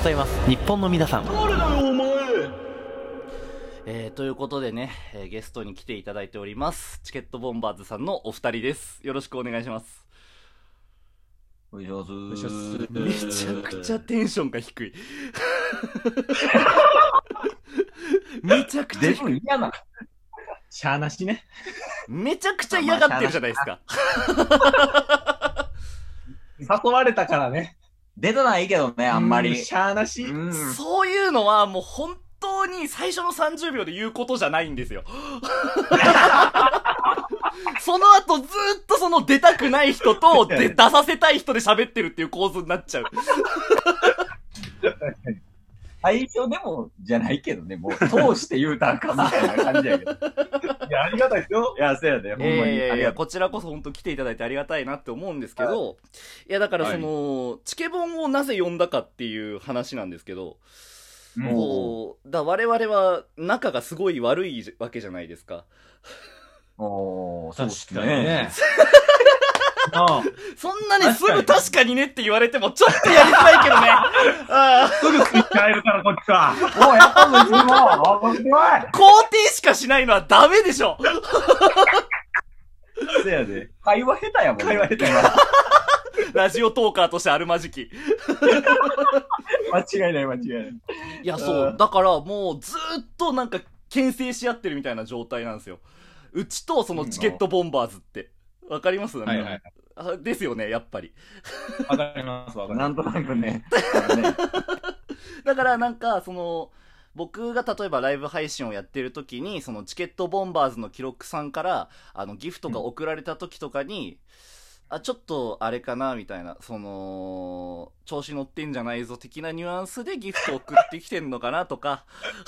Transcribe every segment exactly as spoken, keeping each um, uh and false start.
ざいます、日本の皆さん。 誰だよお前。 えー、ということでね、えー、ゲストに来ていただいておりますチケットボンバーズさんのお二人です。よろしくお願いします。 お願いします。 めちゃくちゃテンションが低いめちゃくちゃ低い。 嫌なしゃーなしね。 めちゃくちゃ嫌がってるじゃないですか。 誘われたからね。 出てないけどね、あんまり。 しゃーなし、 うん、 そういうのはもう本当に最初のさんじゅうびょうで言うことじゃないんですよその後ずーっとその出たくない人とで出させたい人で喋ってるっていう構図になっちゃう最初でもじゃないけどね、もう通して言うたらあかんみたいな感じやけど。いや、ありがたいですよ。 いや、そうやで、ほんまに。 えー、いや、こちらこそ本当来ていただいてありがたいなって思うんですけど、はい、いや、だからその、はい、チケボンをなぜ呼んだかっていう話なんですけど、もう、だ我々は仲がすごい悪いわけじゃないですか。 おー、そうですね。 ああそんなね、すぐ確かにねって言われてもちょっとやりづらいけどね。あすぐスイッチ入るからこっちは。 もうやったぞ、自分も。 肯定しかしないのはダメでしょ。 そうやで。会話下手やもん、ね。 会話下手や。 ラジオトーカーとしてあるまじき。 間違いない間違いない。 いや、そう。だからもうずーっとなんか牽制し合ってるみたいな状態なんですよ。うちとそのチケットボンバーズって。わかります？ はいはい。 あですよね、やっぱり。 わかります、わかります。 なんとなくね。 だからなんか、その、僕が例えばライブ配信をやってる時に、そのチケットボンバーズの記録さんから、あの、ギフトが送られた時とかに、うん、あ、ちょっとあれかな、みたいな、その、調子乗ってんじゃないぞ的なニュアンスでギフト送ってきてんのかなとか。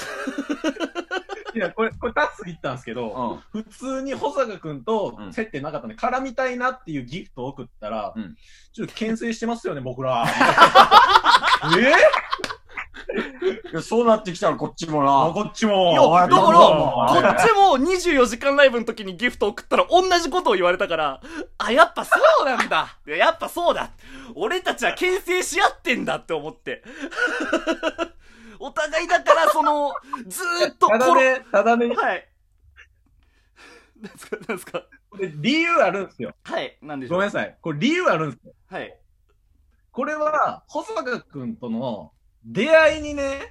いや、これ、これタス言ったんですけど、うん、普通に保坂くんと接点なかったんで、絡みたいなっていうギフトを送ったら、うん、ちょっと牽制してますよね、僕ら。えいや、そうなってきたらこっちもな。 こっちも。 いや、だから、こっちもにじゅうよじかんライブの時にギフト送ったら同じことを言われたから、あ、やっぱそうなんだ。やっぱそうだ。俺たちは牽制し合ってんだって思って。お互いだから、その、ずーっと、 ただね、ただね。 はい。何ですか、何ですか。 これ、理由あるんですよ。 はい、なんでしょう。 ごめんなさい。これ、理由あるんですよ。 はい。 これは、保坂くんとの出会いにね、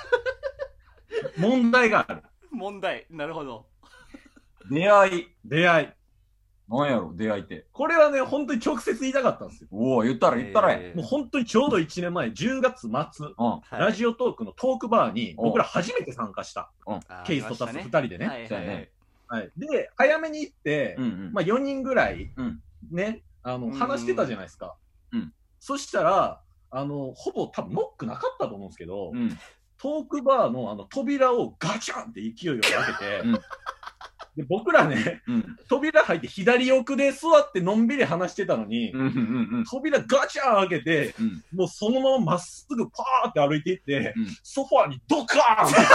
問題がある。 問題。なるほど。 出会い。 出会い。 なんやろ、出会いって。 これはね、本当に直接言いたかったんですよ。 おお、言ったら言ったら、えー、もう本当にちょうどいちねんまえ、じゅうがつまつ、うん、ラジオトークのトークバーに、僕ら初めて参加した。うん、ケイスとタスふたりでね。 はいはいはい。 はい。で、早めに行って、うんうん、まあよにんぐらい、うん、ね、あの、話してたじゃないですか。うん。そしたら、あの、ほぼ多分ノックなかったと思うんですけど、うん、トークバーのあの扉をガチャンって勢いをかけて、うんで僕らね、うん、扉入って左奥で座ってのんびり話してたのに、うんうんうん、扉ガチャン開けて、うん、もうそのまままっすぐパーって歩いていって、うん、ソファーにドカーンって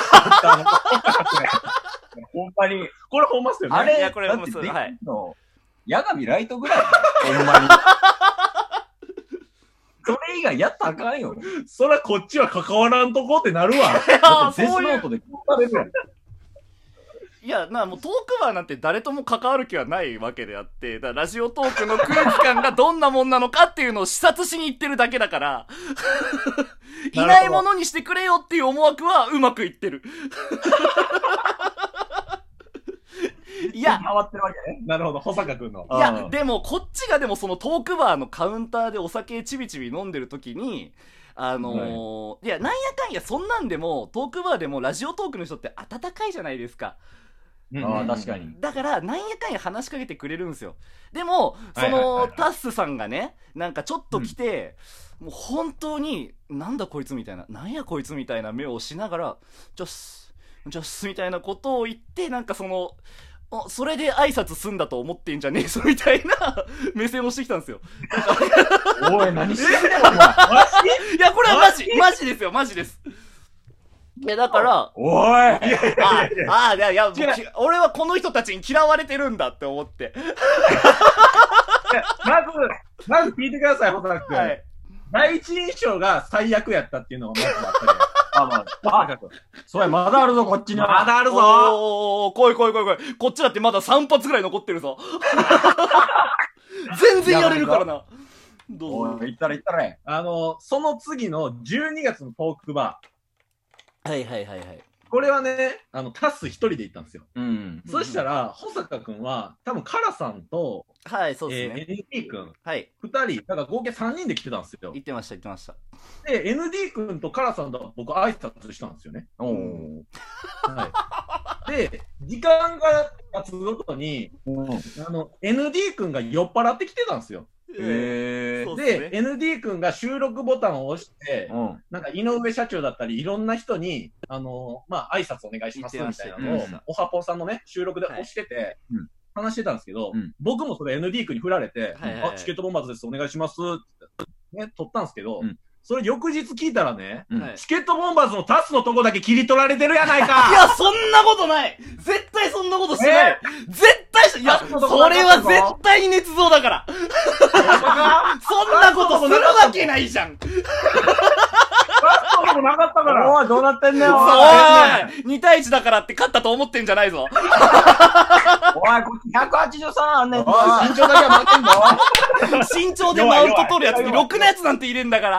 ほんまに。 これほんまっすよね。 あれ、 いやこれだってできんの、矢神ライトぐらいほんまに。それ以外やったらあかんよ。 そらこっちは関わらんとこってなるわ。 だってデスノートでこうされるやん。 いや、な、もうトークバーなんて誰とも関わる気はないわけであって、だからラジオトークの空気感がどんなもんなのかっていうのを視察しに行ってるだけだから、いないものにしてくれよっていう思惑はうまくいってる。いや、 回ってるわけね。なるほど、保坂くんの。 いや、でもこっちがでもそのトークバーのカウンターでお酒ちびちび飲んでる時に、あのーはい、いや、なんやかんやそんなんでも、トークバーでもラジオトークの人って温かいじゃないですか。 ああ、確かに。 だから、なんやかんや話しかけてくれるんですよ。でも、その、タッスさんがね、なんかちょっと来て、うん、もう本当に、なんだこいつみたいな、なんやこいつみたいな目をしながら、ジョス、ジョスみたいなことを言って、なんかその、あ、それで挨拶すんだと思ってんじゃねえぞみたいな目線をしてきたんですよ。 おい、何してんねん、お前。マジ？いや、これはマジ、マジですよ、マジです。いや、だから、 おい、 ああ、いや、いや、俺はこの人たちに嫌われてるんだって思って。 まず、まず聞いてください、ホタク君。はい。 第一印象が最悪やったっていうのはまずあったね。 あ、まあ、あ、そうや、まだあるぞ、こっちには。 まだあるぞおー、来い来い来い来い。こっちだってまださん発ぐらい残ってるぞ。全然やれるからな。 どう言ったら言ったらあの、その次のじゅうにがつのトークバー。はいはいはいはい。 これはね、あの、タス一人で行ったんですよ。 うん。 そしたら、保坂くんは、多分、カラさんと、 はい、そうですね。 えー、エヌディー くん。 はい。 二人、だから合計さんにんで来てたんですよ。 行ってました、行ってました。 で、エヌディー くんとカラさんと僕挨拶したんですよね。 おー。 はい。で、時間が経つごとに、あの、エヌディー くんが酔っ払ってきてたんですよ。 へー。 で、ね、エヌディー 君が収録ボタンを押して、 うん、 なんか井上社長だったり、いろんな人に、あのー、まあ、挨拶お願いしますみたいなのを、おはぽんさんのね、収録で押してて、はい、話してたんですけど、うん、僕もそれ エヌディー 君に振られて、はいはいはい、あ、チケットボンバーズです、お願いしますって、ね、撮ったんですけど、うん、それ翌日聞いたらね、うん、チケットボンバーズのタスのとこだけ切り取られてるやないか。 いや、そんなことない。絶対そんなことしてない。えー、絶対し、いや、それは絶対に捏造だから。そんなことするわけないじゃん。 そんなことなかったから。 おい、どうなってんねん、おい。に対いちだからって勝ったと思ってんじゃないぞ。 おい、こっちひゃくはちじゅうさんあんねん。身長だけは負けんの。 身長でマウント取るやつにろくのやつなんて入れんだから。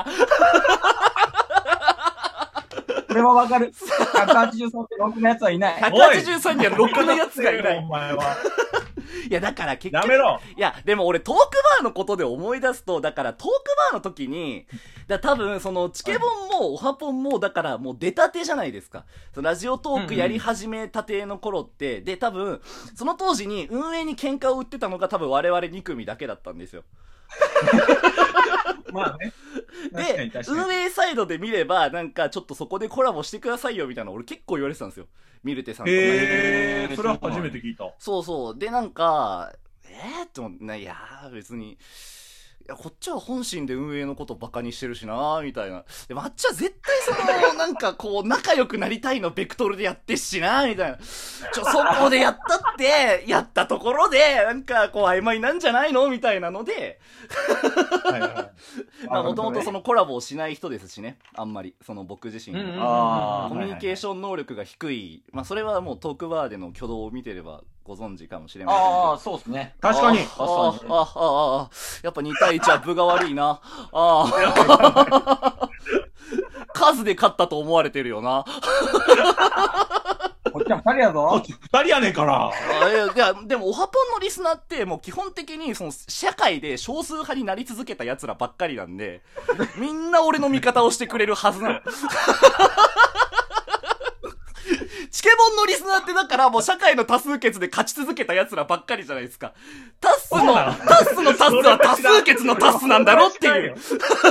これはわかる。ひゃくはちじゅうさんってろくのやつはいない。 ひゃくはちじゅうさんにはろくのやつがいない。 お前は。 いや、だから結局。 やめろ。 いや、でも俺トークバーのことで思い出すと、だからトークバーの時に、だ多分そのチケボンもオハポンも、だからもう出たてじゃないですか。そのラジオトークやり始めたての頃って、うんうん、で多分、その当時に運営に喧嘩を売ってたのが多分我々に組だけだったんですよ。 まあね。 で、運営サイドで見れば、なんかちょっとそこでコラボしてくださいよみたいな俺結構言われてたんですよ。ミルテさんとか。 へー、それは初めて聞いた。 そうそう。で、なんか、えーって思って、いやー別に、いや、こっちは本心で運営のことバカにしてるしなーみたいな。で、抹茶絶対その、なんかこう、仲良くなりたいのベクトルでやってっしなーみたいな。ちょ、そこでやったって、やったところで、なんかこう曖昧なんじゃないのみたいなので。はいはい。まあもともとそのコラボをしない人ですしね。あんまり、その僕自身。あコミュニケーション能力が低い。まあそれはもうトークバーでの挙動を見てればご存知かもしれません。 ああ、そうですね。 確かに。 ああ、ああ、ああ、やっぱに対いちは分が悪いな。ああ。数で勝ったと思われてるよな。 こっちは二人やぞ。 こっち二人やねんから。 いや、でも、オハポンのリスナーって、もう基本的に、その、社会で少数派になり続けた奴らばっかりなんで、みんな俺の味方をしてくれるはずなの。チケボンのリスナーってだからもう社会の多数決で勝ち続けた奴らばっかりじゃないですか。タッスの、タッスのタッスは多数決のタッスなんだろっていう。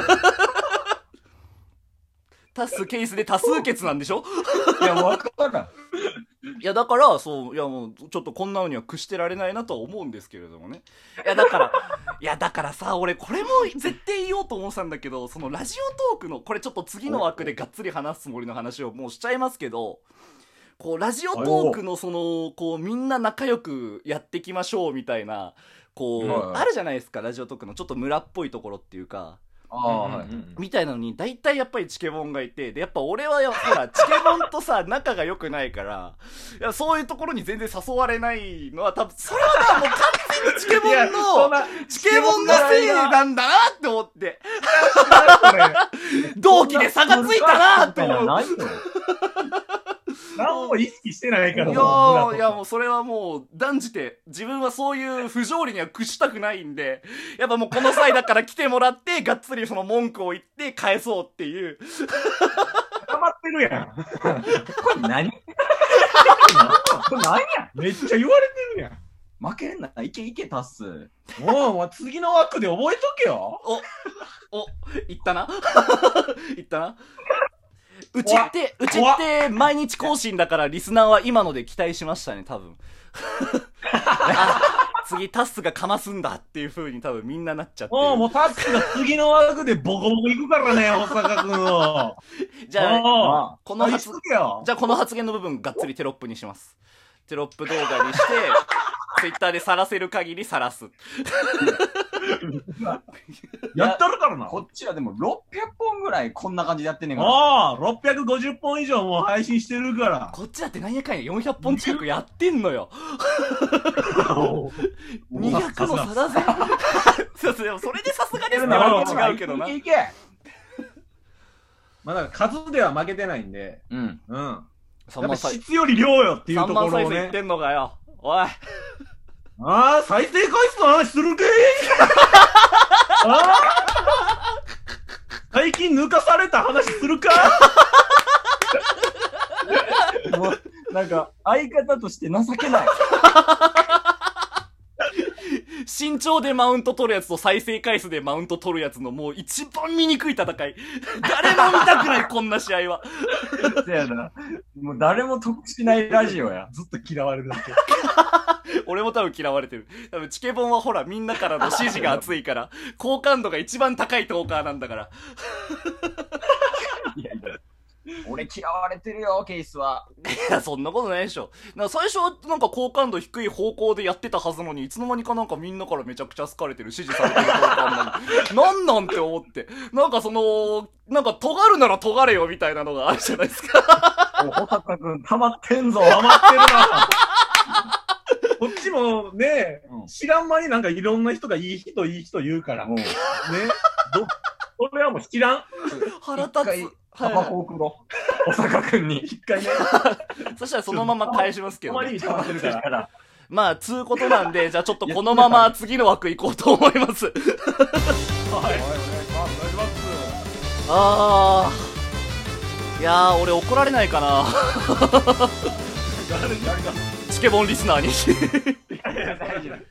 タッスケースで多数決なんでしょ。 いや、わからん。 いや、だから、そう、いやもう、ちょっとこんなのには屈してられないなとは思うんですけれどもね。いや、だから、いや、だからさ、俺これも絶対言おうと思ってたんだけど、そのラジオトークの、これちょっと次の枠でがっつり話すつもりの話をもうしちゃいますけど、こう、ラジオトークのその、こう、みんな仲良くやっていきましょうみたいな、こう、あるじゃないですか、ラジオトークのちょっと村っぽいところっていうか、 ああ、はい。 みたいなのに、大体やっぱりチケボンがいて、で、やっぱ俺はや、ほら、チケボンとさ、仲が良くないから、いや、そういうところに全然誘われないのは多分、それはもう完全にチケボンの、チケボンのせいなんだなって思って。同期で差がついたなって思う。 何も意識してないから。 いやー、いやもうそれはもう断じて、自分はそういう不条理には屈したくないんで、やっぱもうこの際だから来てもらって、がっつりその文句を言って返そうっていう。 溜まってるやん。 これ何これ何やめっちゃ言われてるやん。 負けんな。いけいけ、タス。 もう、もう次の枠で覚えとけよ。 お、お、言ったな言ったなうちって、うちって毎日更新だからリスナーは今ので期待しましたね、多分。あ、次タスがかますんだっていう風に多分みんななっちゃって。 もう、もうタスが次の枠でボコボコいくからね、大阪君を。 じゃあ、この発、じゃあこの発言の部分がっつりテロップにします。テロップ動画にして、ツイッターで晒せる限り晒す。 やったるからな。 こっちはでもろっぴゃっぽんぐらいこんな感じでやってんねんから。 ああ、ろっぴゃくごじゅっぽん以上もう配信してるから。 こっちだってなんやかんやよんひゃっぽん近くやってんのよ。にひゃくの差だぜ。そうそう、でもそれでさすがですね。違うけどな。いけいけ。 まあだから数では負けてないんで。うん。うん。やっぱ質より量よっていうところをね。さんまん再生いってんのかよ。おい。 ああ、再生回数の話するけああ最近抜かされた話するかもう、なんか、相方として情けない。 身長でマウント取るやつと再生回数でマウント取るやつのもう一番見にくい戦い。誰も見たくない、こんな試合は。 そうやな。もう誰も得しないラジオや。 ずっと嫌われるだけ。 俺も多分嫌われてる。多分チケボンはほらみんなからの支持が熱いから、好感度が一番高いトーカーなんだから。 いやいや。俺嫌われてるよ、ケースは。 いや、そんなことないでしょ。なんか最初はなんか好感度低い方向でやってたはずのに、いつの間にかなんかみんなからめちゃくちゃ好かれてる、支持されてる好感なの。なんなんて思って。なんかその、なんか尖るなら尖れよみたいなのがあるじゃないですか。 お、保坂くん溜まってんぞ。 溜まってるな。こっちもね、うん、知らん間になんかいろんな人がいい人いい人言うから。ね。ど、それはもう知らん。 腹立つ。 タバコ送ろう。保坂くんに。 一回ね。 そしたらそのまま返しますけど、 ね。溜まってるから。 まあ、つうことなんで、じゃあちょっとこのまま次の枠行こうと思います。はい。お願いします。お願いします。あー。いやー、俺怒られないかな。チケボンリスナーに。いやいや、大丈夫。